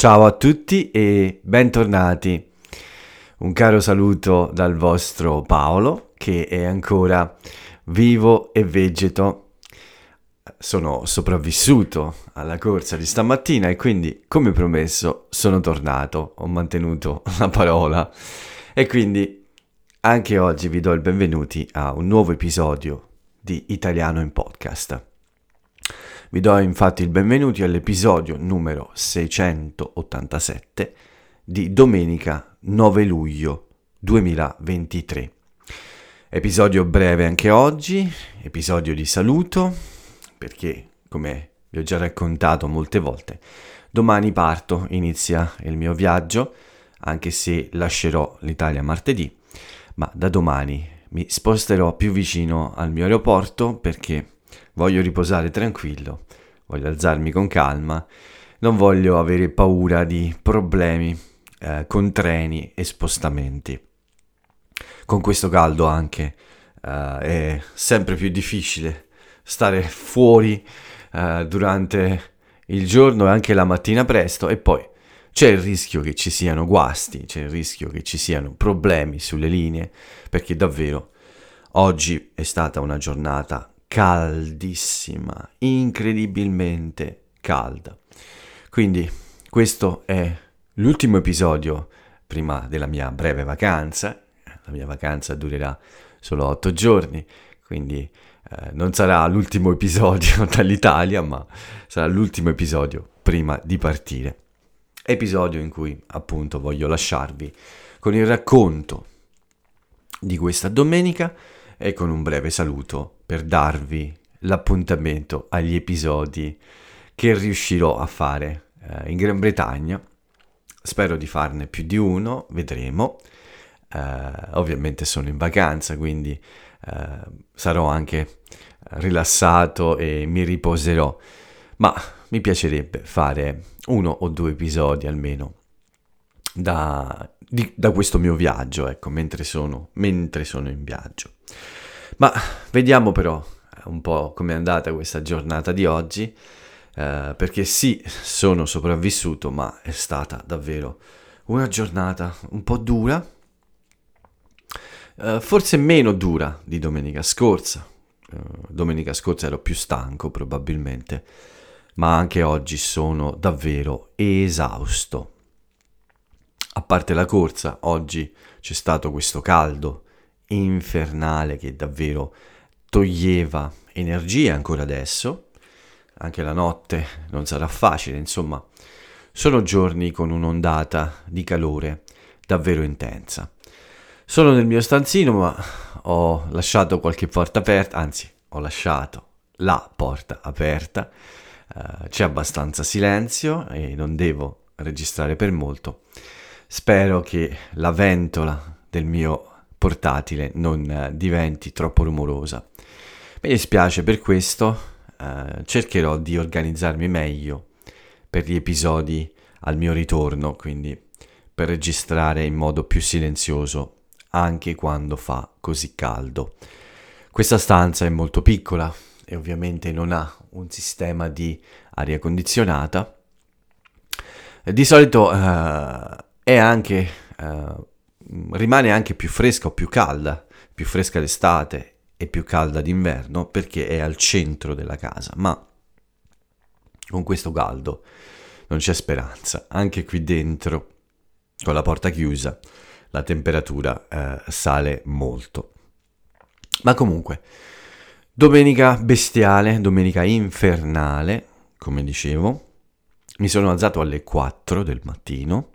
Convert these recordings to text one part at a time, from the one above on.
Ciao a tutti e bentornati. Un caro saluto dal vostro Paolo, che è ancora vivo e vegeto. Sono sopravvissuto alla corsa di stamattina e quindi, come promesso, sono tornato. Ho mantenuto la parola e quindi anche oggi vi do il benvenuti a un nuovo episodio di Italiano in Podcast. Vi do infatti il benvenuti all'episodio numero 687 di domenica 9 luglio 2023. Episodio breve anche oggi, episodio di saluto, perché come vi ho già raccontato molte volte, domani parto, inizia il mio viaggio, anche se lascerò l'Italia martedì, ma da domani mi sposterò più vicino al mio aeroporto perché voglio riposare tranquillo, voglio alzarmi con calma, non voglio avere paura di problemi con treni e spostamenti. Con questo caldo anche è sempre più difficile stare fuori durante il giorno e anche la mattina presto, e poi c'è il rischio che ci siano guasti, c'è il rischio che ci siano problemi sulle linee, perché davvero oggi è stata una giornata caldissima, incredibilmente calda. Quindi questo è l'ultimo episodio prima della mia breve vacanza. La mia vacanza durerà solo 8 giorni, quindi non sarà l'ultimo episodio dall'Italia, ma sarà l'ultimo episodio prima di partire. Episodio in cui appunto voglio lasciarvi con il racconto di questa domenica e con un breve saluto per darvi l'appuntamento agli episodi che riuscirò a fare in Gran Bretagna. Spero di farne più di uno, vedremo. Ovviamente sono in vacanza, quindi sarò anche rilassato e mi riposerò, ma mi piacerebbe fare 1 o 2 episodi almeno da questo mio viaggio, ecco, mentre sono in viaggio. Ma vediamo però un po' com'è andata questa giornata di oggi, perché sì, sono sopravvissuto, ma è stata davvero una giornata un po' dura, forse meno dura di domenica scorsa. Domenica scorsa ero più stanco probabilmente, ma anche oggi sono davvero esausto. A parte la corsa, oggi c'è stato questo caldo infernale che davvero toglieva energia ancora adesso. Anche la notte non sarà facile, insomma, sono giorni con un'ondata di calore davvero intensa. Sono nel mio stanzino, ma ho lasciato qualche porta aperta, anzi, ho lasciato la porta aperta. C'è abbastanza silenzio e non devo registrare per molto. Spero che la ventola del mio portatile non diventi troppo rumorosa. Mi dispiace per questo, cercherò di organizzarmi meglio per gli episodi al mio ritorno, quindi per registrare in modo più silenzioso anche quando fa così caldo. Questa stanza è molto piccola e ovviamente non ha un sistema di aria condizionata. Di solito è anche rimane anche più fresca o più fresca d'estate e più calda d'inverno perché è al centro della casa, ma con questo caldo non c'è speranza. Anche qui dentro, con la porta chiusa, la temperatura sale molto. Ma comunque, domenica bestiale, domenica infernale, come dicevo. Mi sono alzato alle 4 del mattino,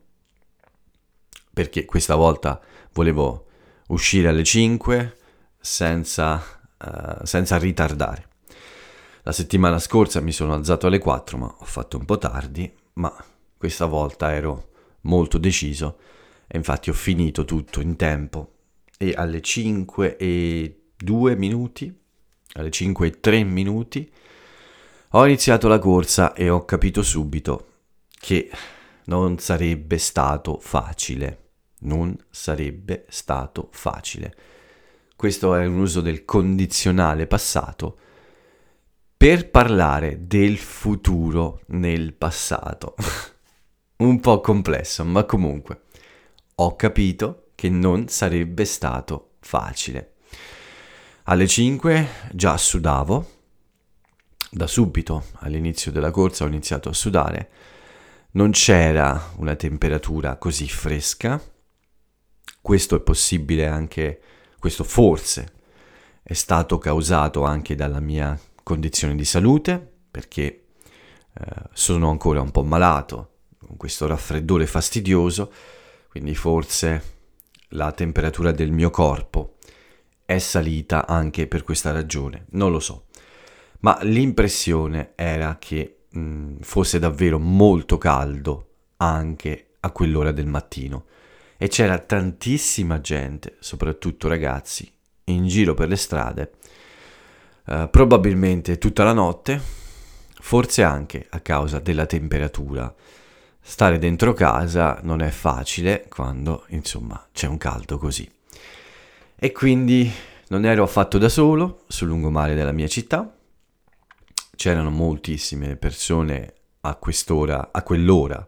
perché questa volta volevo uscire alle 5 senza ritardare. La settimana scorsa mi sono alzato alle 4, ma ho fatto un po' tardi, ma questa volta ero molto deciso e infatti ho finito tutto in tempo e alle 5 e 2 minuti, alle 5 e 3 minuti, ho iniziato la corsa e ho capito subito che non sarebbe stato facile. Non sarebbe stato facile. Questo è un uso del condizionale passato per parlare del futuro nel passato. un po' complesso, ma comunque ho capito che non sarebbe stato facile. Alle 5 già sudavo, da subito all'inizio della corsa ho iniziato a sudare, non c'era una temperatura così fresca, questo è possibile anche, questo forse è stato causato anche dalla mia condizione di salute, perché sono ancora un po' malato, con questo raffreddore fastidioso, quindi forse la temperatura del mio corpo è salita anche per questa ragione, non lo so. Ma l'impressione era che fosse davvero molto caldo anche a quell'ora del mattino e c'era tantissima gente, soprattutto ragazzi, in giro per le strade, probabilmente tutta la notte, forse anche a causa della temperatura. Stare dentro casa non è facile quando, insomma, c'è un caldo così. E quindi non ero affatto da solo sul lungomare della mia città. C'erano moltissime persone a quell'ora,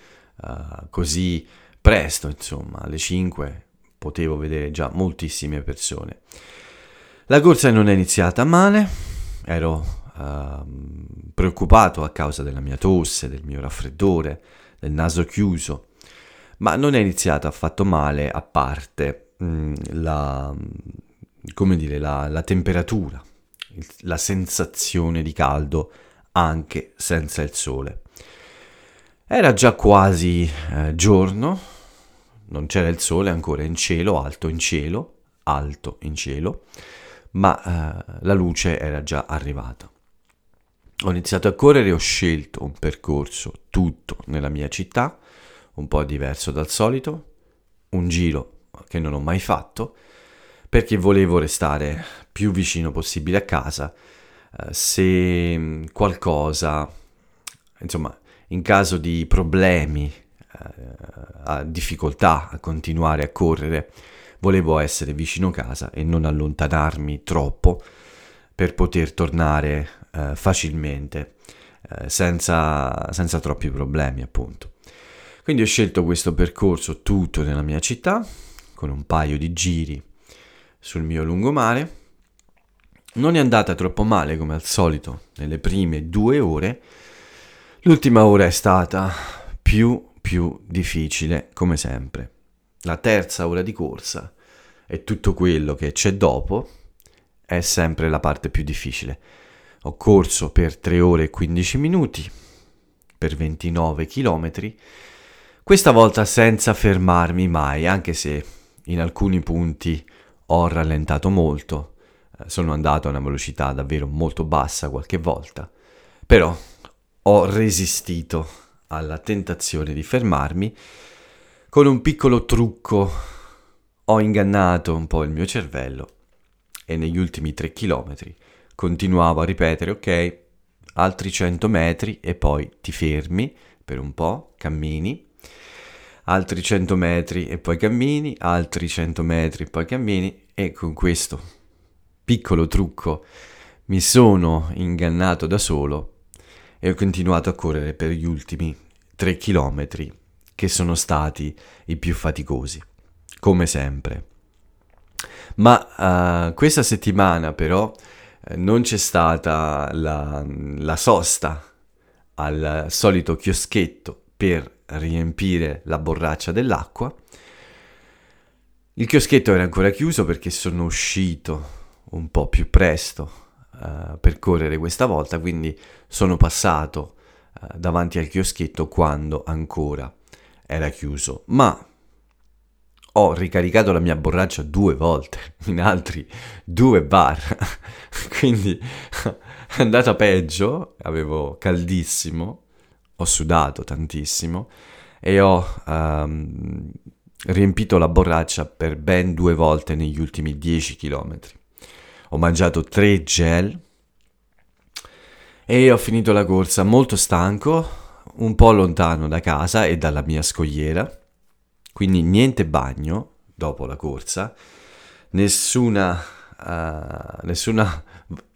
così presto, insomma, alle 5 potevo vedere già moltissime persone. La corsa non è iniziata male, ero preoccupato a causa della mia tosse, del mio raffreddore, del naso chiuso, ma non è iniziata affatto male, a parte la temperatura, la sensazione di caldo anche senza il sole. Era già quasi giorno, non c'era il sole ancora in cielo, alto in cielo, ma la luce era già arrivata. Ho iniziato a correre e ho scelto un percorso tutto nella mia città, un po' diverso dal solito, un giro che non ho mai fatto, perché volevo restare più vicino possibile a casa, se qualcosa, insomma, in caso di problemi, difficoltà a continuare a correre, volevo essere vicino a casa e non allontanarmi troppo per poter tornare facilmente, senza troppi problemi, appunto. Quindi ho scelto questo percorso tutto nella mia città, con un paio di giri sul mio lungomare. Non è andata troppo male come al solito nelle prime 2 ore, l'ultima ora è stata più difficile come sempre. La terza ora di corsa e tutto quello che c'è dopo è sempre la parte più difficile. Ho corso per 3 ore e 15 minuti, per 29 chilometri, questa volta senza fermarmi mai, anche se in alcuni punti ho rallentato molto, sono andato a una velocità davvero molto bassa qualche volta, però ho resistito alla tentazione di fermarmi. Con un piccolo trucco ho ingannato un po' il mio cervello e negli ultimi 3 chilometri continuavo a ripetere: ok, altri 100 metri e poi ti fermi per un po', cammini, altri 100 metri e poi cammini, altri 100 metri e poi cammini, e con questo piccolo trucco mi sono ingannato da solo e ho continuato a correre per gli ultimi 3 chilometri, che sono stati i più faticosi, come sempre. Ma questa settimana però non c'è stata la sosta al solito chioschetto per riempire la borraccia dell'acqua. Il chioschetto era ancora chiuso perché sono uscito un po' più presto per correre questa volta, quindi sono passato davanti al chioschetto quando ancora era chiuso, ma ho ricaricato la mia borraccia 2 volte in altri 2 bar, quindi è andata peggio, avevo caldissimo, ho sudato tantissimo e ho riempito la borraccia per ben 2 volte negli ultimi 10 chilometri. Ho mangiato 3 gel e ho finito la corsa molto stanco, un po' lontano da casa e dalla mia scogliera, quindi niente bagno dopo la corsa, nessuna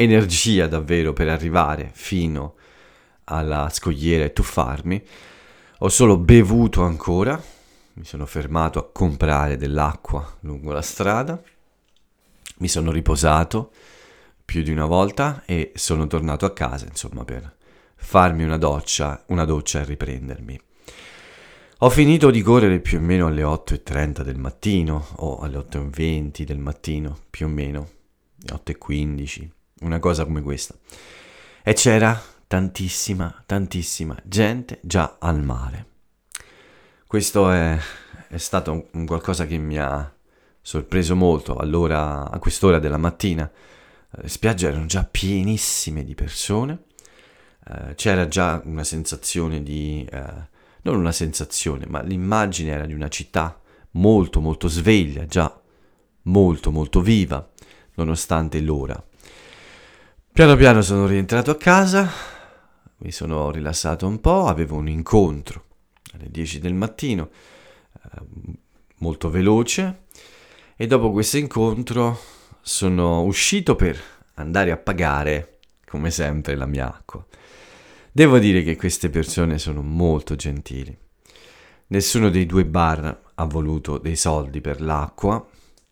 energia davvero per arrivare fino alla scogliera e tuffarmi. Ho solo bevuto ancora, mi sono fermato a comprare dell'acqua lungo la strada, mi sono riposato più di una volta e sono tornato a casa, insomma, per farmi una doccia e riprendermi. Ho finito di correre più o meno alle 8:30 del mattino, o alle 8:20 del mattino, più o meno, 8:15, una cosa come questa. E c'era tantissima gente già al mare. Questo è stato un qualcosa che mi ha sorpreso molto. Allora, a quest'ora della mattina, le spiagge erano già pienissime di persone. C'era già una sensazione non una sensazione, ma l'immagine era di una città molto molto sveglia, già molto molto viva, nonostante l'ora. Piano piano sono rientrato a casa, mi sono rilassato un po', avevo un incontro alle 10 del mattino, molto veloce, e dopo questo incontro sono uscito per andare a pagare, come sempre, la mia acqua. Devo dire che queste persone sono molto gentili. Nessuno dei due bar ha voluto dei soldi per l'acqua.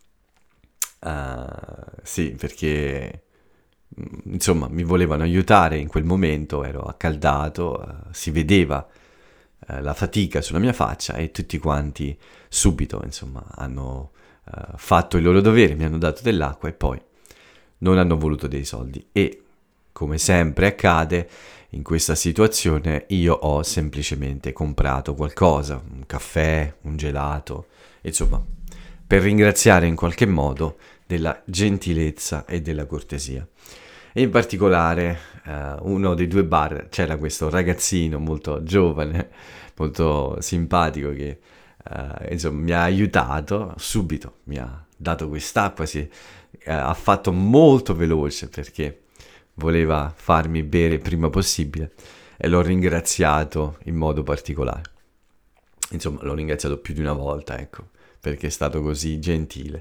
Sì, perché insomma mi volevano aiutare in quel momento, ero accaldato, si vedeva la fatica sulla mia faccia e tutti quanti subito, insomma, hanno fatto il loro dovere, mi hanno dato dell'acqua e poi non hanno voluto dei soldi. E come sempre accade in questa situazione, io ho semplicemente comprato qualcosa, un caffè, un gelato, insomma, per ringraziare in qualche modo della gentilezza e della cortesia. E in particolare uno dei due bar c'era questo ragazzino molto giovane, molto simpatico che insomma mi ha aiutato subito, mi ha dato quest'acqua, ha fatto molto veloce perché voleva farmi bere il prima possibile e l'ho ringraziato in modo particolare. Insomma, l'ho ringraziato più di una volta, ecco, perché è stato così gentile.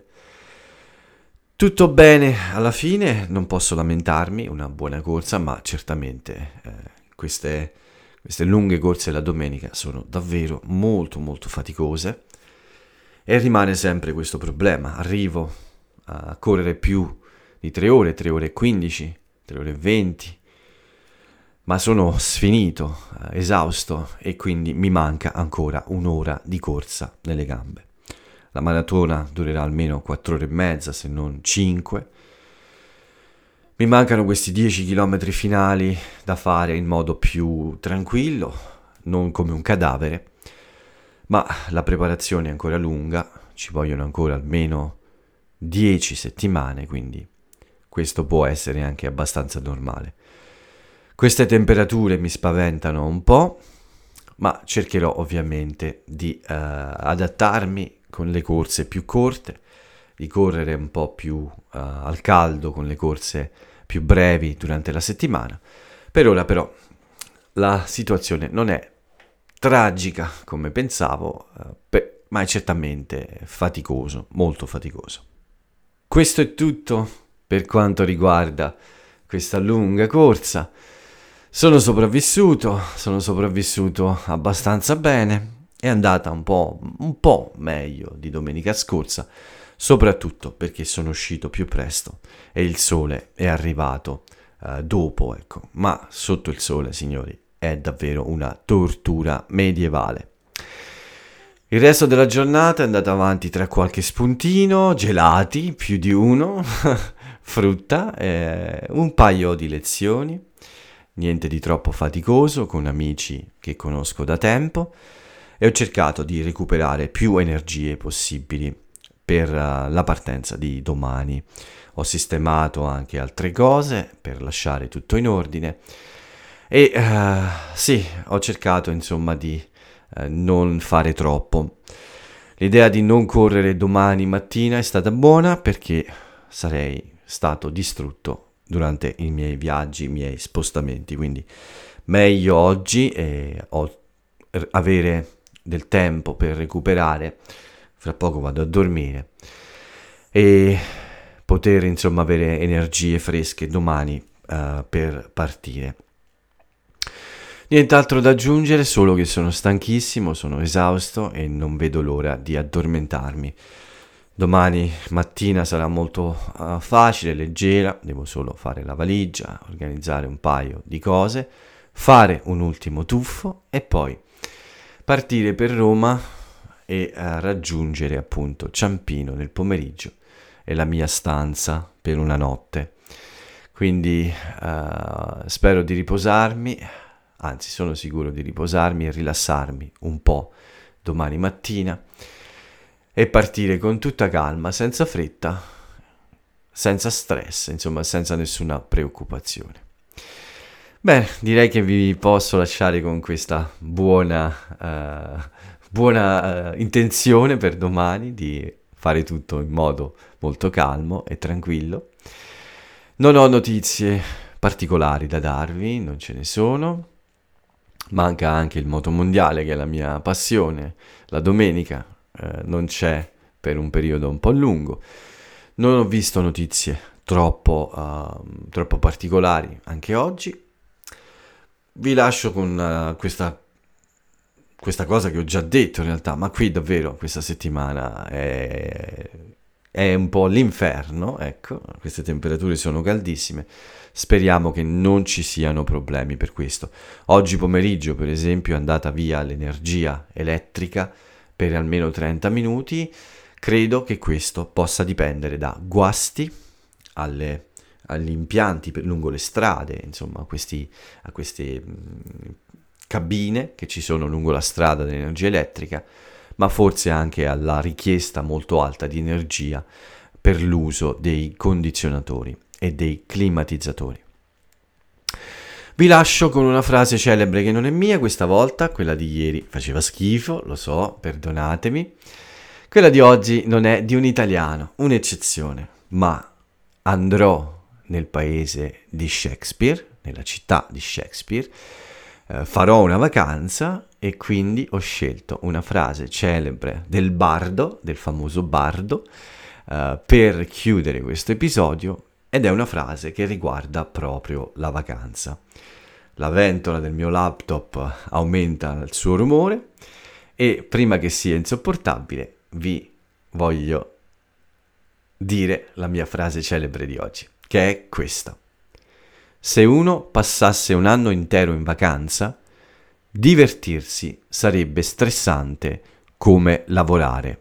Tutto bene alla fine, non posso lamentarmi, una buona corsa, ma certamente queste lunghe corse la domenica sono davvero molto molto faticose e rimane sempre questo problema. Arrivo a correre più di 3 ore, 3 ore e 15, 3 ore e 20, ma sono sfinito, esausto e quindi mi manca ancora un'ora di corsa nelle gambe. La maratona durerà almeno 4 ore e mezza, se non 5. Mi mancano questi 10 chilometri finali da fare in modo più tranquillo, non come un cadavere, ma la preparazione è ancora lunga, ci vogliono ancora almeno 10 settimane, quindi questo può essere anche abbastanza normale. Queste temperature mi spaventano un po', ma cercherò ovviamente di adattarmi con le corse più corte, di correre un po' più al caldo con le corse più brevi durante la settimana. Per ora però la situazione non è tragica come pensavo, ma è certamente faticoso, molto faticoso. Questo è tutto per quanto riguarda questa lunga corsa. Sono sopravvissuto abbastanza bene, è andata un po' meglio di domenica scorsa, soprattutto perché sono uscito più presto e il sole è arrivato dopo, ecco. Ma sotto il sole, signori, è davvero una tortura medievale. Il resto della giornata è andata avanti tra qualche spuntino, gelati, più di uno, frutta, un paio di lezioni, niente di troppo faticoso, con amici che conosco da tempo, e ho cercato di recuperare più energie possibili per la partenza di domani. Ho sistemato anche altre cose per lasciare tutto in ordine e sì, ho cercato insomma di non fare troppo. L'idea di non correre domani mattina è stata buona perché sarei stato distrutto durante i miei viaggi, i miei spostamenti, quindi meglio oggi avere del tempo per recuperare. Fra poco vado a dormire e poter insomma avere energie fresche domani per partire. Nient'altro da aggiungere, solo che sono stanchissimo, sono esausto e non vedo l'ora di addormentarmi. Domani mattina sarà molto facile, leggera, devo solo fare la valigia, organizzare un paio di cose, fare un ultimo tuffo e poi partire per Roma e raggiungere appunto Ciampino nel pomeriggio e la mia stanza per una notte. Quindi spero di riposarmi, anzi sono sicuro di riposarmi e rilassarmi un po' domani mattina e partire con tutta calma, senza fretta, senza stress, insomma senza nessuna preoccupazione. Bene, direi che vi posso lasciare con questa buona intenzione per domani di fare tutto in modo molto calmo e tranquillo. Non ho notizie particolari da darvi, non ce ne sono. Manca anche il motomondiale, che è la mia passione. La domenica non c'è per un periodo un po' lungo. Non ho visto notizie troppo particolari anche oggi. Vi lascio con questa cosa che ho già detto in realtà, ma qui davvero questa settimana è un po' l'inferno, ecco, queste temperature sono caldissime, speriamo che non ci siano problemi per questo. Oggi pomeriggio, per esempio, è andata via l'energia elettrica per almeno 30 minuti, credo che questo possa dipendere da guasti agli impianti lungo le strade, insomma a queste cabine che ci sono lungo la strada dell'energia elettrica, ma forse anche alla richiesta molto alta di energia per l'uso dei condizionatori e dei climatizzatori. Vi lascio con una frase celebre che non è mia questa volta, quella di ieri faceva schifo, lo so, perdonatemi. Quella di oggi non è di un italiano, un'eccezione, ma andrò nel paese di Shakespeare, nella città di Shakespeare, farò una vacanza e quindi ho scelto una frase celebre del bardo, del famoso bardo, per chiudere questo episodio, ed è una frase che riguarda proprio la vacanza. La ventola del mio laptop aumenta il suo rumore e prima che sia insopportabile vi voglio dire la mia frase celebre di oggi, che è questa. Se uno passasse un anno intero in vacanza, divertirsi sarebbe stressante come lavorare.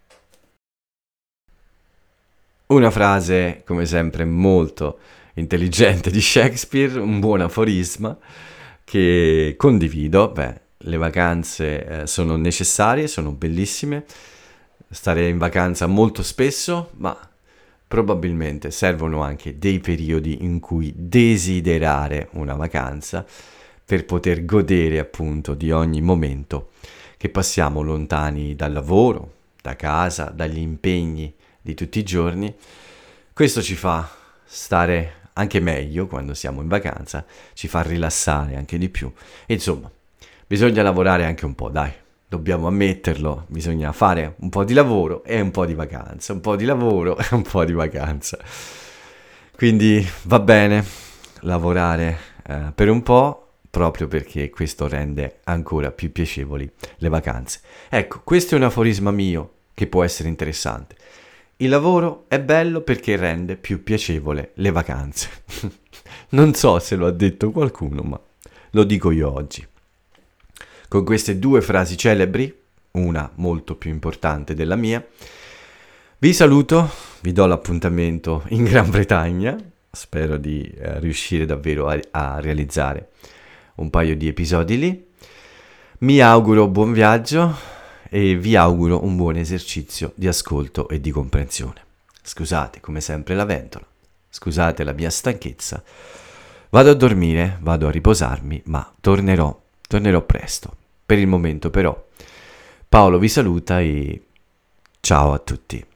Una frase, come sempre, molto intelligente di Shakespeare, un buon aforisma che condivido. Le vacanze sono necessarie, sono bellissime, stare in vacanza molto spesso, ma probabilmente servono anche dei periodi in cui desiderare una vacanza per poter godere appunto di ogni momento che passiamo lontani dal lavoro, da casa, dagli impegni di tutti i giorni. Questo ci fa stare anche meglio quando siamo in vacanza, ci fa rilassare anche di più. E insomma, bisogna lavorare anche un po', dai. Dobbiamo ammetterlo, bisogna fare un po' di lavoro e un po' di vacanza, un po' di lavoro e un po' di vacanza. Quindi va bene lavorare per un po', proprio perché questo rende ancora più piacevoli le vacanze. Ecco, questo è un aforisma mio che può essere interessante. Il lavoro è bello perché rende più piacevole le vacanze. Non so se lo ha detto qualcuno, ma lo dico io oggi. Con queste due frasi celebri, una molto più importante della mia, vi saluto, vi do l'appuntamento in Gran Bretagna, spero di riuscire davvero a realizzare un paio di episodi lì. Mi auguro buon viaggio e vi auguro un buon esercizio di ascolto e di comprensione. Scusate come sempre la ventola, scusate la mia stanchezza, vado a dormire, vado a riposarmi, ma tornerò presto. Per il momento però Paolo vi saluta e ciao a tutti.